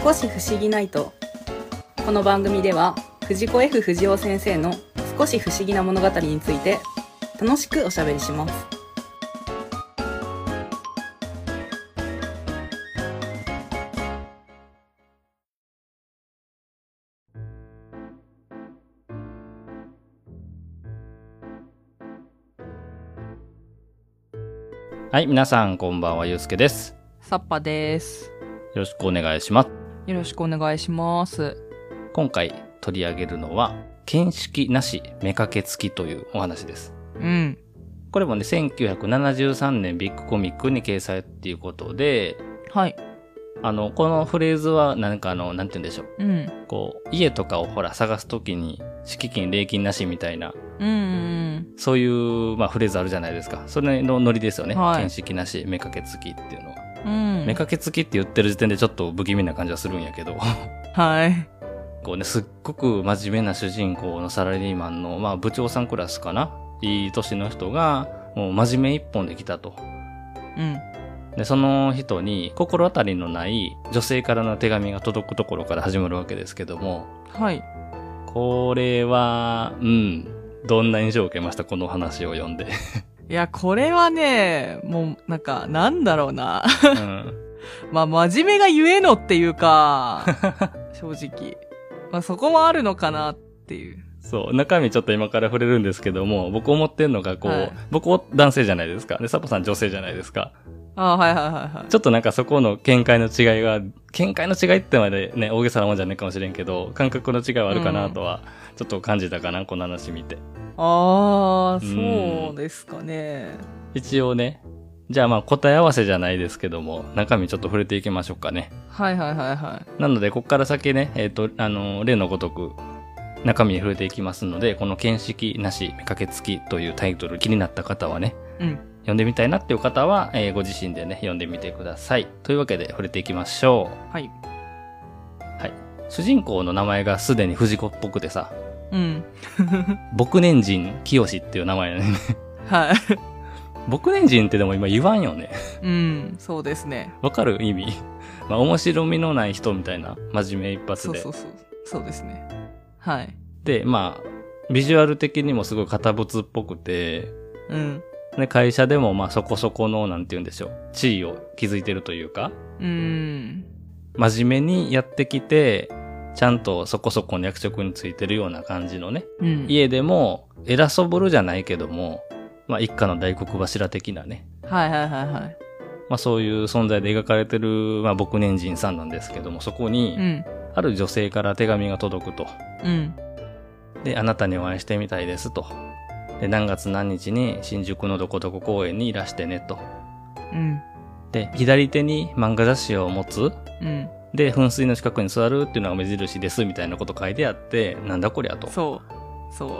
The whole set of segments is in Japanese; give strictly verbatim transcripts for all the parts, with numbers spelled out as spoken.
少し不思議ナイト。この番組では藤子 F 不二雄先生の少し不思議な物語について楽しくおしゃべりします。 はい、皆さんこんばんは、ゆうすけです。 さっぱです。 よろしくお願いします。 よろしくお願いします。 今回取り上げるのは見識なし妾つきというお話です。 うん。 これもね、せんきゅうひゃくななじゅうさんねんビッグコミックに掲載っていうことで、 はい。 あのこのフレーズはなんかあのなんて言うんでしょう。 うん。 こう家とかをほら探すときに敷金礼金なしみたいな。 うんうん、 そういうまあフレーズあるじゃないですか。それのノリですよね。 はい、 見識なし妾つきっていうのは。 うん。 妾つきって言ってる時点でちょっと不気味な感じはするんやけど。 はい。 こうね、すっごく真面目な主人公のサラリーマンの、まあ部長さんクラスかな、いい年の人が、もう真面目一本で来たと。 うん。 で、その人に心当たりのない女性からの手紙が届くところから始まるわけですけども。 はい。 これは、うん。どんな印象を受けました？この話を読んで。 いや、これはね、もう、なんか、なんだろうな。うん、まあ、真面目がゆえのっていうか、正直。まあ、そこもあるのかなっていう。 そう、中身ちょっと今から触れるんですけども、僕思ってんのが、こう、はい、僕男性じゃないですか。で、サポさん女性じゃないですか。 ああ、はいはいはいはい。 ちょっとなんかそこの見解の違いが、見解の違いってまでね、大げさなもんじゃないかもしれんけど、感覚の違いはあるかなとは、ちょっと感じたかな、うん、この話見て。 ああ、そうですかね。 一応ね、じゃあまあ答え合わせじゃないですけども、中身ちょっと触れていきましょうかね。 はいはいはいはい。 なので、こっから先ね、えっと、あの、例のごとく、中身に触れていきますので、この見識なし妾つきというタイトル気になった方はね、うん。読んでみたいなっていう方は、えー、ご自身でね、読んでみてください。というわけで、触れていきましょう。はい。 はい。主人公の名前がすでに藤子っぽくてさ、 うん。 牧年人清っていう名前だね。 はい。 牧年人ってでも今言わんよね。 うん、そうですね。 わかる意味？まあ、面白みのない人みたいな、真面目一発で。 そうそうそう。そうですね。はい。 で、まあ、ビジュアル的にもすごい堅物っぽくて、 うん。 で、会社でもまあそこそこの、なんて言うんでしょう、地位を築いてるというか、 うーん。 真面目にやってきて、ちゃんとそこそこの役職についてるような感じのね、うん、家でも偉そぶるじゃないけども、まあ一家の大黒柱的なね。 はいはいはいはい。 まあそういう存在で描かれてる、まあ牧年人さんなんですけども、そこに、うん、ある女性から手紙が届くと。うん。で、あなたにお会いしてみたいですと。で、何月何日に新宿のどこどこ公園にいらしてねと。うん。で、左手に漫画雑誌を持つ。うん。で、噴水の近くに座るっていうのが目印ですみたいなこと書いてあって、なんだこりゃと。 そう。そう。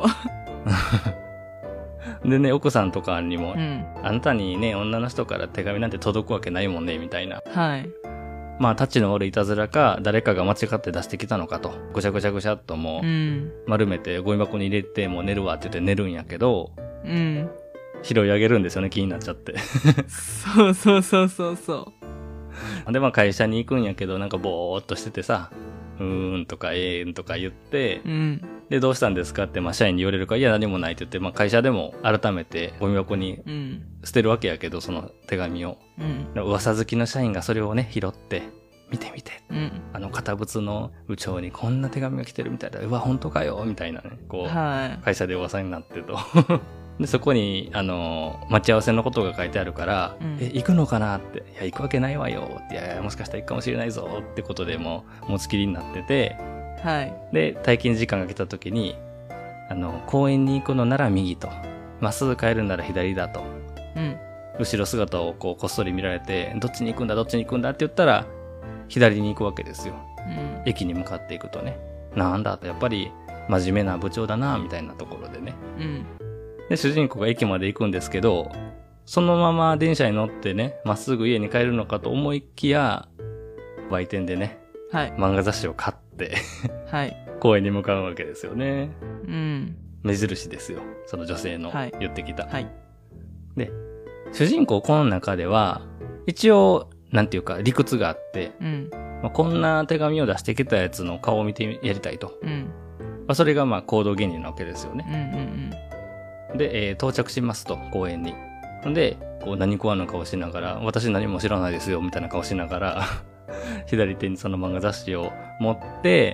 でね、奥さんとかにも、うん、あなたにね、女の人から手紙なんて届くわけないもんね、みたいな。 はい。 まあ、タッチの悪いいたずらか、誰かが間違って出してきたのかと。ぐしゃぐしゃぐしゃっともう、うん、丸めてゴミ箱に入れて、もう寝るわって言って寝るんやけど、うん。拾い上げるんですよね、気になっちゃって。 そうそうそうそうそう。 で、まあ会社に行くんやけど、なんかぼーっとしててさ、うーんとかえーんとか言って、うん、で、どうしたんですかって、まあ社員に言われるから、いや何もないって言って、まあ会社でも改めてゴミ箱に捨てるわけやけど、その手紙を。うん、噂好きの社員がそれをね、拾って、見て見て、うん、あの堅物の部長にこんな手紙が来てるみたいだ、うわ、本当かよみたいなね、こう、はい、会社で噂になってると。で、そこに、あのー、待ち合わせのことが書いてあるから、うん、え、行くのかなって、いや、行くわけないわよって、いやいや、もしかしたら行くかもしれないぞってことでもう、持ちきりになってて、はい。で、退勤時間が来た時に、あの、公園に行くのなら右と、まっすぐ帰るなら左だと、うん。後ろ姿をこう、こっそり見られて、どっちに行くんだ、どっちに行くんだって言ったら、左に行くわけですよ。うん。駅に向かっていくとね、なんだと、やっぱり、真面目な部長だな、みたいなところでね。うん。で、主人公が駅まで行くんですけど、そのまま電車に乗ってね、まっすぐ家に帰るのかと思いきや、売店でね、はい、漫画雑誌を買って、はい、公園に向かうわけですよね。うん。目印ですよ。その女性の言ってきた。はいはい、で、主人公この中では、一応、なんていうか理屈があって、うん、 まあ、こんな手紙を出してきたやつの顔を見てやりたいと。 うん。 まあ、それがまあ行動原理なわけですよね。 うんうんうん。で、えー、到着しますと、公園に。で、こう何食わぬ顔しながら、私何も知らないですよ、みたいな顔しながら、左手にその漫画雑誌を持って、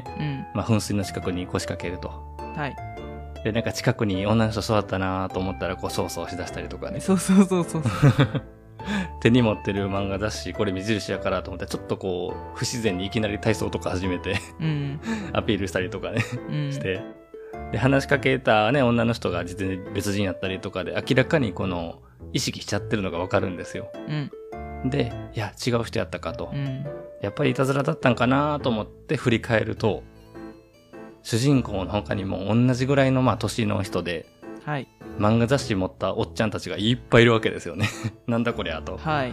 うん、まあ噴水の近くに腰掛けると。 はい。 で、なんか近くに女の人座ったなと思ったら、こう、そうそうしだしたりとかね。 そうそうそうそう。 手に持ってる漫画雑誌、これ目印やからと思って、ちょっとこう、不自然にいきなり体操とか始めて、うん、アピールしたりとかね、うん、して。で、話しかけたね、女の人が実に別人やったりとかで、明らかにこの、意識しちゃってるのがわかるんですよ。うん、で、いや、違う人やったかと。うん、やっぱりいたずらだったんかなと思って振り返ると、主人公の他にも同じぐらいのまあ年の人で、はい、漫画雑誌持ったおっちゃんたちがいっぱいいるわけですよね。なんだこりゃと。はい。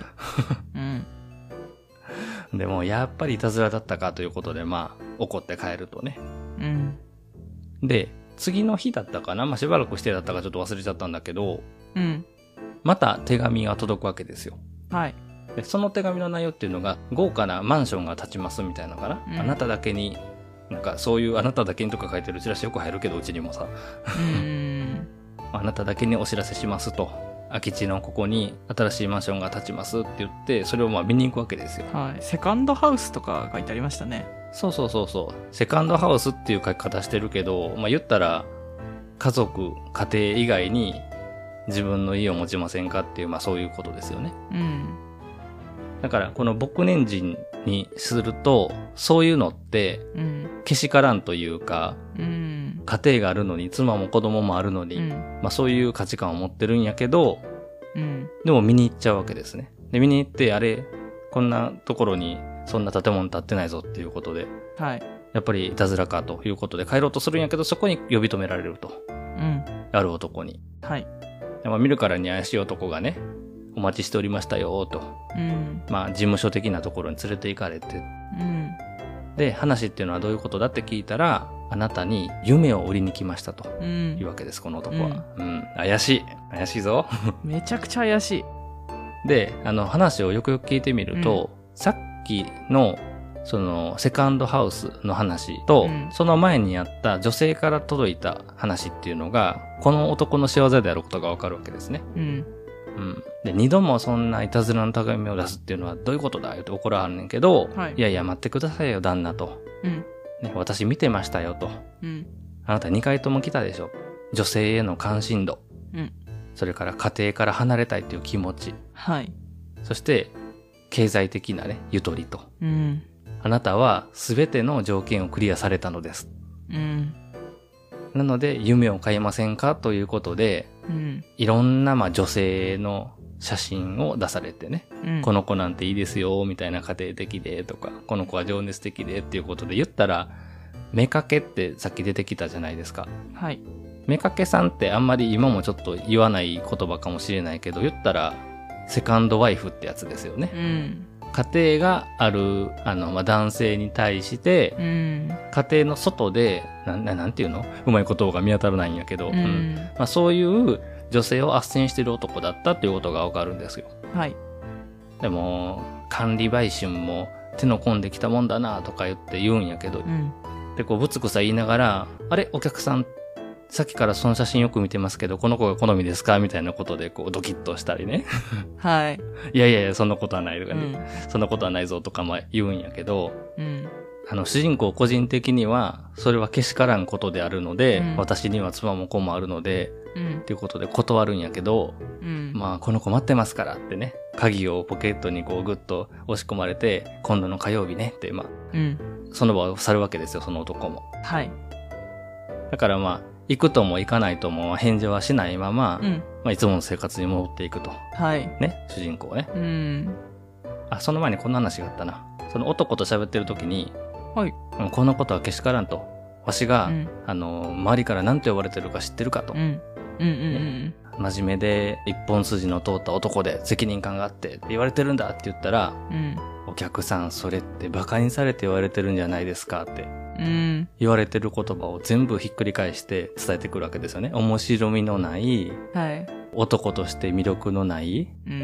うん、でもやっぱりいたずらだったかということで、まあ怒って帰るとね。うん、で、次の日だったかな、まあしばらくしてだったかちょっと忘れちゃったんだけど、うん、また手紙が届くわけですよ。はい。で、その手紙の内容っていうのが、豪華なマンションが建ちますみたいなのかな、うん、あなただけに、なんかそういうあなただけにとか書いてるチラシよく入るけど、うちにもさ。うんあなただけにお知らせしますと。空き地のここに新しいマンションが建ちますって言って、それをまあ見に行くわけですよ。 はい。セカンドハウスとか書いてありましたね。 そうそうそうそう。セカンドハウスっていう書き方してるけど、まあ言ったら、家族、家庭以外に自分の家を持ちませんかっていう、まあそういうことですよね。うん。だから、この牧年人にすると、そういうのって、けしからんというか、うん、家庭があるのに、妻も子供もあるのに、うん、まあそういう価値観を持ってるんやけど、うん、でも見に行っちゃうわけですね。で、見に行って、あれ、こんなところにそんな建物建ってないぞっていうことで、はい。やっぱりいたずらかということで帰ろうとするんやけど、そこに呼び止められると。うん。ある男に。はい。まあ見るからに怪しい男がね、お待ちしておりましたよと、うん、まあ事務所的なところに連れて行かれて、うん、で話っていうのはどういうことだって聞いたら、あなたに夢を売りに来ましたというわけです、この男は、うんうん、怪しい怪しいぞめちゃくちゃ怪しい。で、あの話をよくよく聞いてみると、うん、さっきのそのセカンドハウスの話と、うん、その前にあった女性から届いた話っていうのが、この男の仕業であることがわかるわけですね。うんうん。で、二度もそんないたずらの手紙を出すっていうのはどういうことだよって怒らはんねんけど、はい、いやいや待ってくださいよ旦那と、うん、ね、私見てましたよと、うん、あなた二回とも来たでしょ。女性への関心度、うん、それから家庭から離れたいという気持ち、はい、そして経済的なねゆとりと、うん、あなたはすべての条件をクリアされたのです、うん、なので夢を買いませんかということで、うん、いろんなまあ女性の写真を出されてね、うん、この子なんていいですよみたいな家庭的でとか、この子は情熱的でっていうことで言ったら、妾ってさっき出てきたじゃないですか。はい。妾さんってあんまり今もちょっと言わない言葉かもしれないけど、言ったらセカンドワイフってやつですよね。うん、家庭があるあの、まあ、男性に対して、うん、家庭の外でな、な、なんていうの、うまい言葉が見当たらないんやけど、うんうんまあ、そういう女性を斡旋してる男だったっていうことがわかるんですよ。はい。でも管理売春も手の込んできたもんだなとか言って言うんやけど、うん、でこうぶつくさ言いながら、あれお客さんさっきからその写真よく見てますけど、この子が好みですかみたいなことでこうドキッとしたりね。はい。いやいやいやそんなことはないとかね、うん、そんなことはないぞとかも言うんやけど、うん、あの主人公個人的にはそれはけしからんことであるので、うん、私には妻も子もあるので、うん、っていうことで断るんやけど、うん、まあこの子待ってますからってね、鍵をポケットにこうグッと押し込まれて、今度の火曜日ねってまあ、うん、その場を去るわけですよ、その男も。はい。だからまあ行くとも行かないとも返事はしないまま、うんまあ、いつもの生活に戻っていくと。はい。ね、主人公ね。うん。あ、その前にこんな話があったな。その男と喋ってる時に、はい。このことはけしからんと。わしが、うん、あの、周りから何て呼ばれてるか知ってるかと。うん。うんうんうん、ね。真面目で一本筋の通った男で責任感があってって言われてるんだって言ったら、うん、お客さんそれって馬鹿にされて言われてるんじゃないですかって。うん、言われてる言葉を全部ひっくり返して伝えてくるわけですよね。面白みのない、はい、男として魅力のない、うん、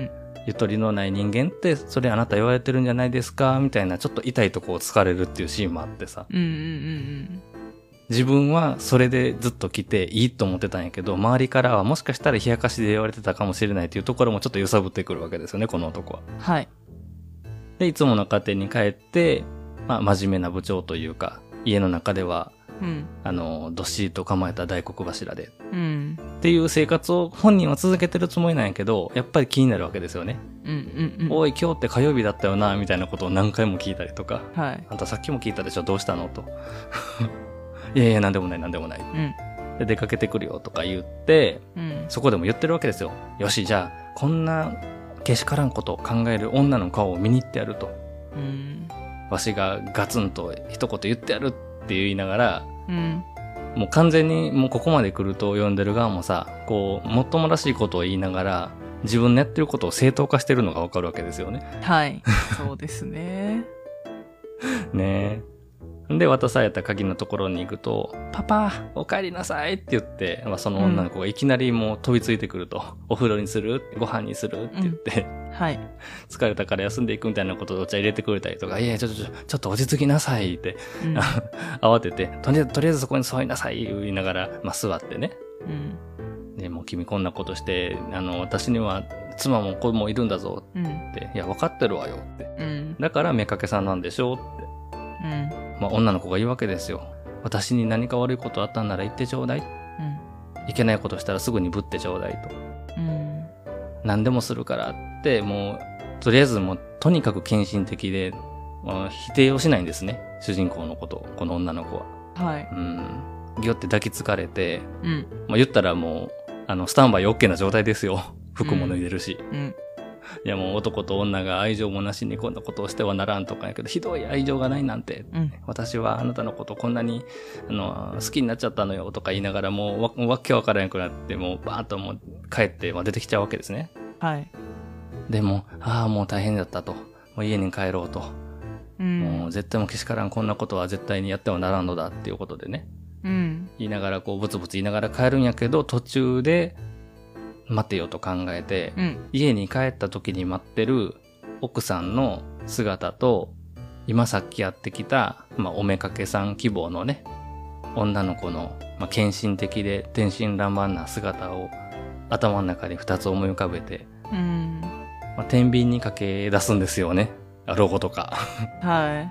ゆとりのない人間ってそれあなた言われてるんじゃないですかみたいなちょっと痛いとこを突かれるっていうシーンもあってさ、 うんうんうんうん、 自分はそれでずっと来ていいと思ってたんやけど、周りからはもしかしたら冷やかしで言われてたかもしれないっていうところもちょっと揺さぶってくるわけですよね、この男は。 はい。 で、いつもの家庭に帰って、まあ真面目な部長というか、家の中では、うん、あの、どっしりと構えた大黒柱で、うん、っていう生活を本人は続けてるつもりなんやけど、やっぱり気になるわけですよね。うんうんうん、おい、今日って火曜日だったよな、みたいなことを何回も聞いたりとか、はい、あんたさっきも聞いたでしょ、どうしたのと。いやいや、なんでもない、なんでもない。うん、で、出かけてくるよとか言って、うん、そこでも言ってるわけですよ。よし、じゃあ、こんなけしからんことを考える女の顔を見に行ってやると。うん、わしがガツンと一言言ってやるって言いながら、うん、もう完全にもうここまで来ると読んでる側もさ、こう、もっともらしいことを言いながら、自分のやってることを正当化してるのがわかるわけですよね。 はい。そうですね。 ねえ。で、渡された鍵のところに行くと、パパ、お帰りなさいって言って、まあ、その女の子がいきなりもう飛びついてくると、うん、お風呂にするご飯にするって言って、うん、はい。疲れたから休んでいくみたいなことをお茶入れてくれたりとか、いや、ちょっと、ちょっと落ち着きなさいって、うん、慌てて、とりあえず、とりあえずそこに座りなさい言いながら、まあ、座ってね。うん。で、もう君こんなことして、あの、私には妻も子もいるんだぞって、うん、いや、分かってるわよって。うん、だから、妾さんなんでしょうって。うん。まあ、女の子が言うわけですよ。私に何か悪いことあったんなら言ってちょうだい。うん。いけないことしたらすぐにぶってちょうだいと。うん。何でもするからって、もう、とりあえずもう、とにかく献身的で、まあ、否定をしないんですね。主人公のことを、この女の子は。はい。うん。ぎょって抱きつかれて、うん。まあ、言ったらもう、あの、スタンバイ OK な状態ですよ。服も脱いでるし。うん。うんいやもう男と女が愛情もなしにこんなことをしてはならんとかやけど、ひどい愛情がないなんて、うん、私はあなたのことこんなにあの好きになっちゃったのよとか言いながらもう わ, わけわからなくなってもうバーッともう帰って出てきちゃうわけですね。はい。でもああもう大変だったと、もう家に帰ろうと、うん、もう絶対もけしからんこんなことは絶対にやってはならんのだっていうことでね、うん、言いながらこうブツブツ言いながら帰るんやけど、途中で待てよと考えて、うん、家に帰った時に待ってる奥さんの姿と、今さっきやってきた、まあ、おめかけさん希望のね、女の子の、まあ、献身的で天真爛漫な姿を頭の中に二つ思い浮かべて、うんまあ、天秤にかけ出すんですよね。老後とか。はい。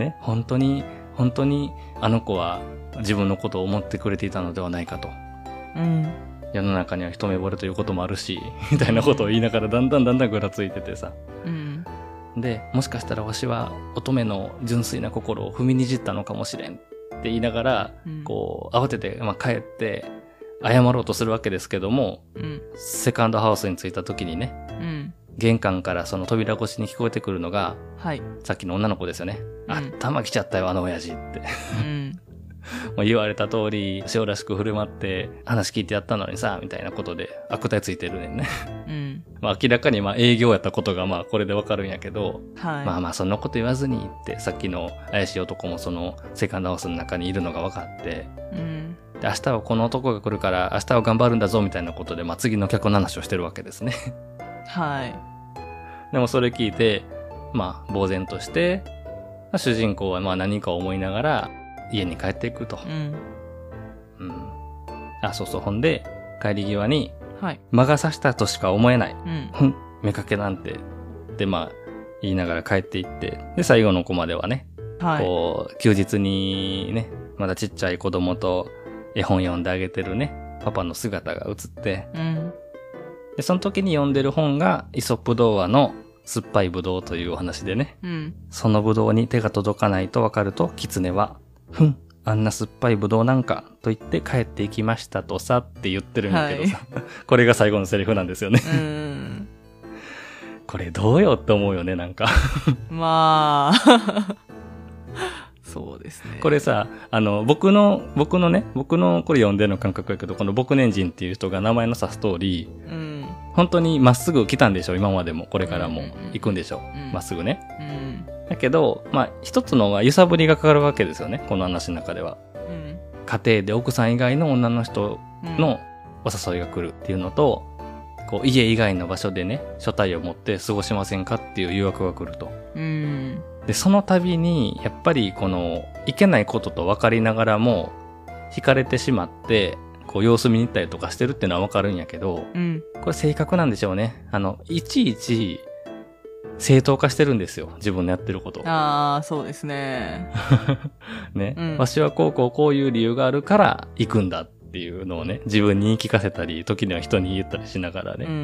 ね、本当に、本当にあの子は自分のことを思ってくれていたのではないかと。うん世の中には一目惚れということもあるし、みたいなことを言いながらだんだんだんだんぐらついててさ。うん、で、もしかしたらわしは乙女の純粋な心を踏みにじったのかもしれんって言いながら、うん、こう、慌てて、まあ、帰って謝ろうとするわけですけども、うん、セカンドハウスに着いた時にね、うん、玄関からその扉越しに聞こえてくるのが、はい、さっきの女の子ですよね。うん、頭きちゃったよ、あの親父って。うんもう言われた通り、塩らしく振る舞って話聞いてやったのにさ、みたいなことで悪態ついてるねんね。うん。まあ明らかにまあ営業やったことがまあこれでわかるんやけど、はい。まあまあそんなこと言わずにって、さっきの怪しい男もそのセカンドハウスの中にいるのが分かって、うん。で、明日はこの男が来るから明日は頑張るんだぞみたいなことで、まあ次の客の話をしてるわけですね。はい。でもそれ聞いて、まあ呆然として、まあ、主人公はまあ何か思いながら、家に帰っていくと。うん。うん。あ、そうそう。ほんで、帰り際に、はい。魔が差したとしか思えない。うん。目かけなんて。で、まあ、言いながら帰っていって。で、最後のコマではね、はい。こう、休日にね、まだちっちゃい子供と絵本読んであげてるね、パパの姿が映って、うん。で、その時に読んでる本が、イソップ童話の酸っぱいブドウというお話でね。うん。そのブドウに手が届かないとわかると、狐は、ふん、あんな酸っぱいブドウなんか、と言って帰っていきましたとさって言ってるんだけどさ、はい、これが最後のセリフなんですよね。うんこれどうよって思うよね、なんか。 まあ、そうですね。 これさ、あの、僕の、僕のね、僕のこれ読んでるの感覚やけど、この僕年人っていう人が名前の指す通り、うん、本当にまっすぐ来たんでしょ、今までも、これからも行くんでしょ、ま、うん、っすぐね。うんだけど、まあ、一つのは揺さぶりがかかるわけですよね、この話の中では。うん、家庭で奥さん以外の女の人のお誘いが来るっていうのと、 こう家以外の場所でね、所帯を持って過ごしませんかっていう誘惑が来ると。 うん。 で、その度に、やっぱりこの、いけないことと分かりながらも、惹かれてしまって、こう様子見に行ったりとかしてるっていうのは分かるんやけど、 うん、 これ性格なんでしょうね。あの、いちいち、正当化してるんですよ。自分のやってること。 ああ、そうですね。 ね、 うん。 わしはこうこうこういう理由があるから行くんだっていうのをね、自分に言い聞かせたり、時には人に言ったりしながらね。 うん。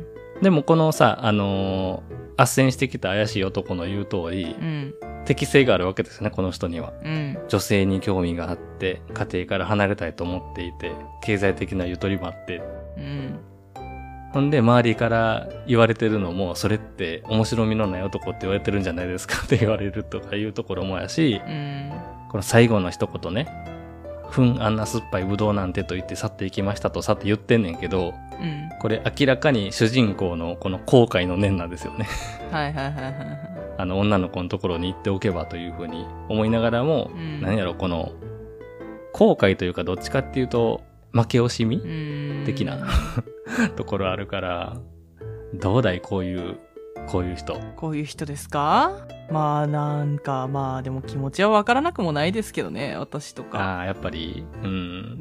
でもこのさ、あのー、斡旋してきた怪しい男の言う通り、 うん、 適性があるわけですね、この人には。 うん。 女性に興味があって、家庭から離れたいと思っていて、経済的なゆとりもあって。 うん。 ほんで、周りから言われてるのも、それって面白みのない男って言われてるんじゃないですかって言われるとかいうところもやし、 うん、 この最後の一言ね、ふん、あんな酸っぱいぶどうなんてと言って去っていきましたとさって言ってんねんけど、 うん、 これ明らかに主人公のこの後悔の念なんですよね。 はいはいはいはい。 あの女の子のところに行っておけばというふうに思いながらも、 うん、 何やろ、この後悔というかどっちかっていうと負け惜しみ的なところあるから、どうだいこういうこういう人。 こういう人ですか？まあなんかまあでも気持ちはわからなくもないですけどね、私とか。 ああ、やっぱり、うん。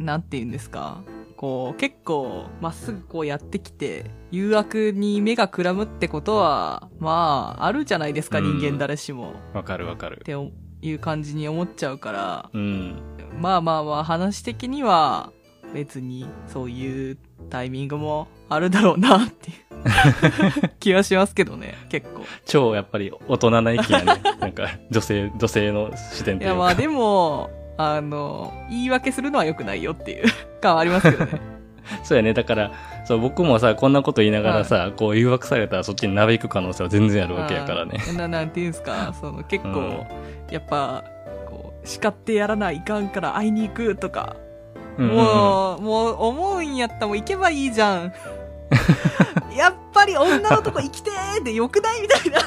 なんて言うんですか。こう結構まっすぐこうやってきて誘惑に目がくらむってことはまああるじゃないですか、うん、人間誰しも。 わかるわかる。 っていう感じに思っちゃうから、 うん、 まあまあまあ話的には別にそういうタイミングもあるだろうなっていう気はしますけどね、結構。 超やっぱり大人な意見やね。なんか女性、女性の視点っていうか。 いやまあでも、あの、言い訳するのは良くないよっていう感はありますけどね。 そうやね。だから、そう、僕もさ、こんなこと言いながらさ、はい、こう誘惑されたらそっちになびく可能性は全然あるわけやからね。 な、なんていうんですか、その結構、うん、やっぱ、こう、叱ってやらないかんから会いに行くとか、うんうんうん、もう、もう思うんやったらもう行けばいいじゃん。やっぱり女のとこ生きてーってよくないみたいな。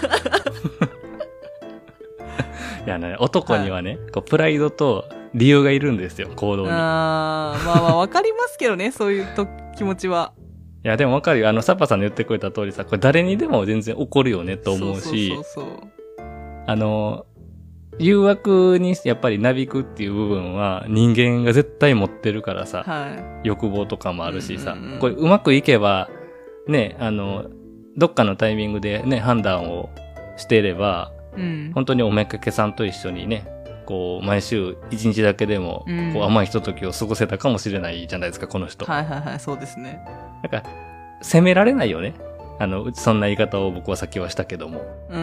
いやね、男にはね、はい、こうプライドと理由がいるんですよ、行動に。 あー、まあまあわかりますけどね、そういうと気持ちは。 いや、でもわかるよ。あの、サッパさんの言ってくれた通りさ、これ誰にでも全然起こるよねと思うし、 そうそうそうそう。 あの、誘惑にやっぱりなびくっていう部分は人間が絶対持ってるからさ、 はい、 欲望とかもあるしさ、 うんうんうん、 これうまくいけば、ね、あの、どっかのタイミングでね、判断をしていれば、 うん、 本当におめかけさんと一緒にね、こう、毎週一日だけでも、こう、甘いひとときを過ごせたかもしれないじゃないですか、この人。 はいはいはい、そうですね。 なんか、責められないよね。あの、そんな言い方を僕はさっきはしたけども。 うん。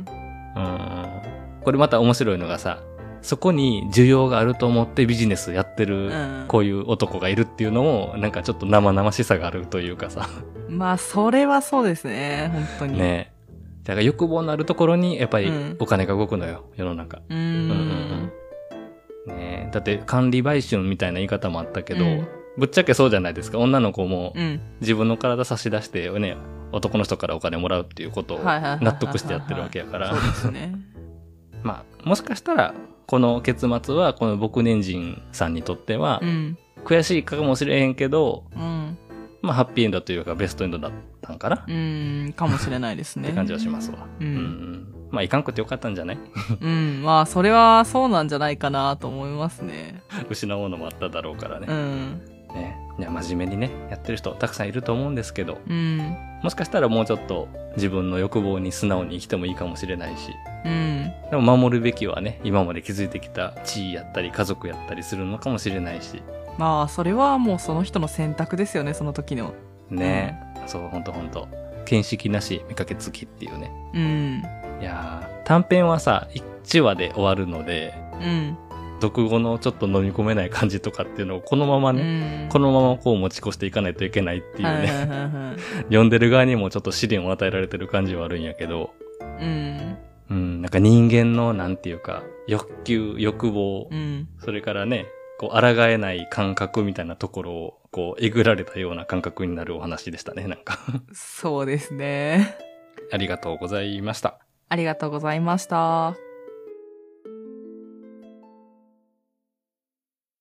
うん。これまた面白いのがさ、そこに需要があると思ってビジネスやってる、こういう男がいるっていうのも、なんかちょっと生々しさがあるというかさ。 まあ、それはそうですね、本当に。 ねえ。だから欲望のあるところに、やっぱりお金が動くのよ、うん、世の中。 うん。うんうんうん。ねえ。だって管理売春みたいな言い方もあったけど、うん、ぶっちゃけそうじゃないですか。女の子も、自分の体差し出してね、男の人からお金もらうっていうことを納得してやってるわけやから。 そうですね。 まあ、もしかしたら、この結末は、この僕年人さんにとっては、うん、悔しいかもしれへんけど、 うん、 まあ、ハッピーエンドというか、ベストエンドだったんかな。 うん、かもしれないですね。 って感じはしますわ。 うん。うんうん、まあ、いかんくてよかったんじゃないうん、まあ、それはそうなんじゃないかなと思いますね。 失うものもあっただろうからね。 うん。 ね。いや、真面目にね、やってる人たくさんいると思うんですけど、 うん。 もしかしたらもうちょっと自分の欲望に素直に生きてもいいかもしれないし、 うん。 でも守るべきはね、今まで築いてきた地位やったり家族やったりするのかもしれないし。 まあ、それはもうその人の選択ですよね、その時の。 ねえ、うん、そう、ほんとほんと。見識なし、見かけつきっていうね。 うん。 いやー、短編はさ、いちわで終わるので、 うん。 読後のちょっと飲み込めない感じとかっていうのをこのままね、うん、このままこう持ち越していかないといけないっていうね、読んでる側にもちょっと試練を与えられてる感じはあるんやけど、 うん。 うん、なんか人間のなんていうか、欲求、欲望、 うん、 それからね、こう、抗えない感覚みたいなところを、こう、えぐられたような感覚になるお話でしたね、なんか。 そうですね。 ありがとうございました。 ありがとうございました。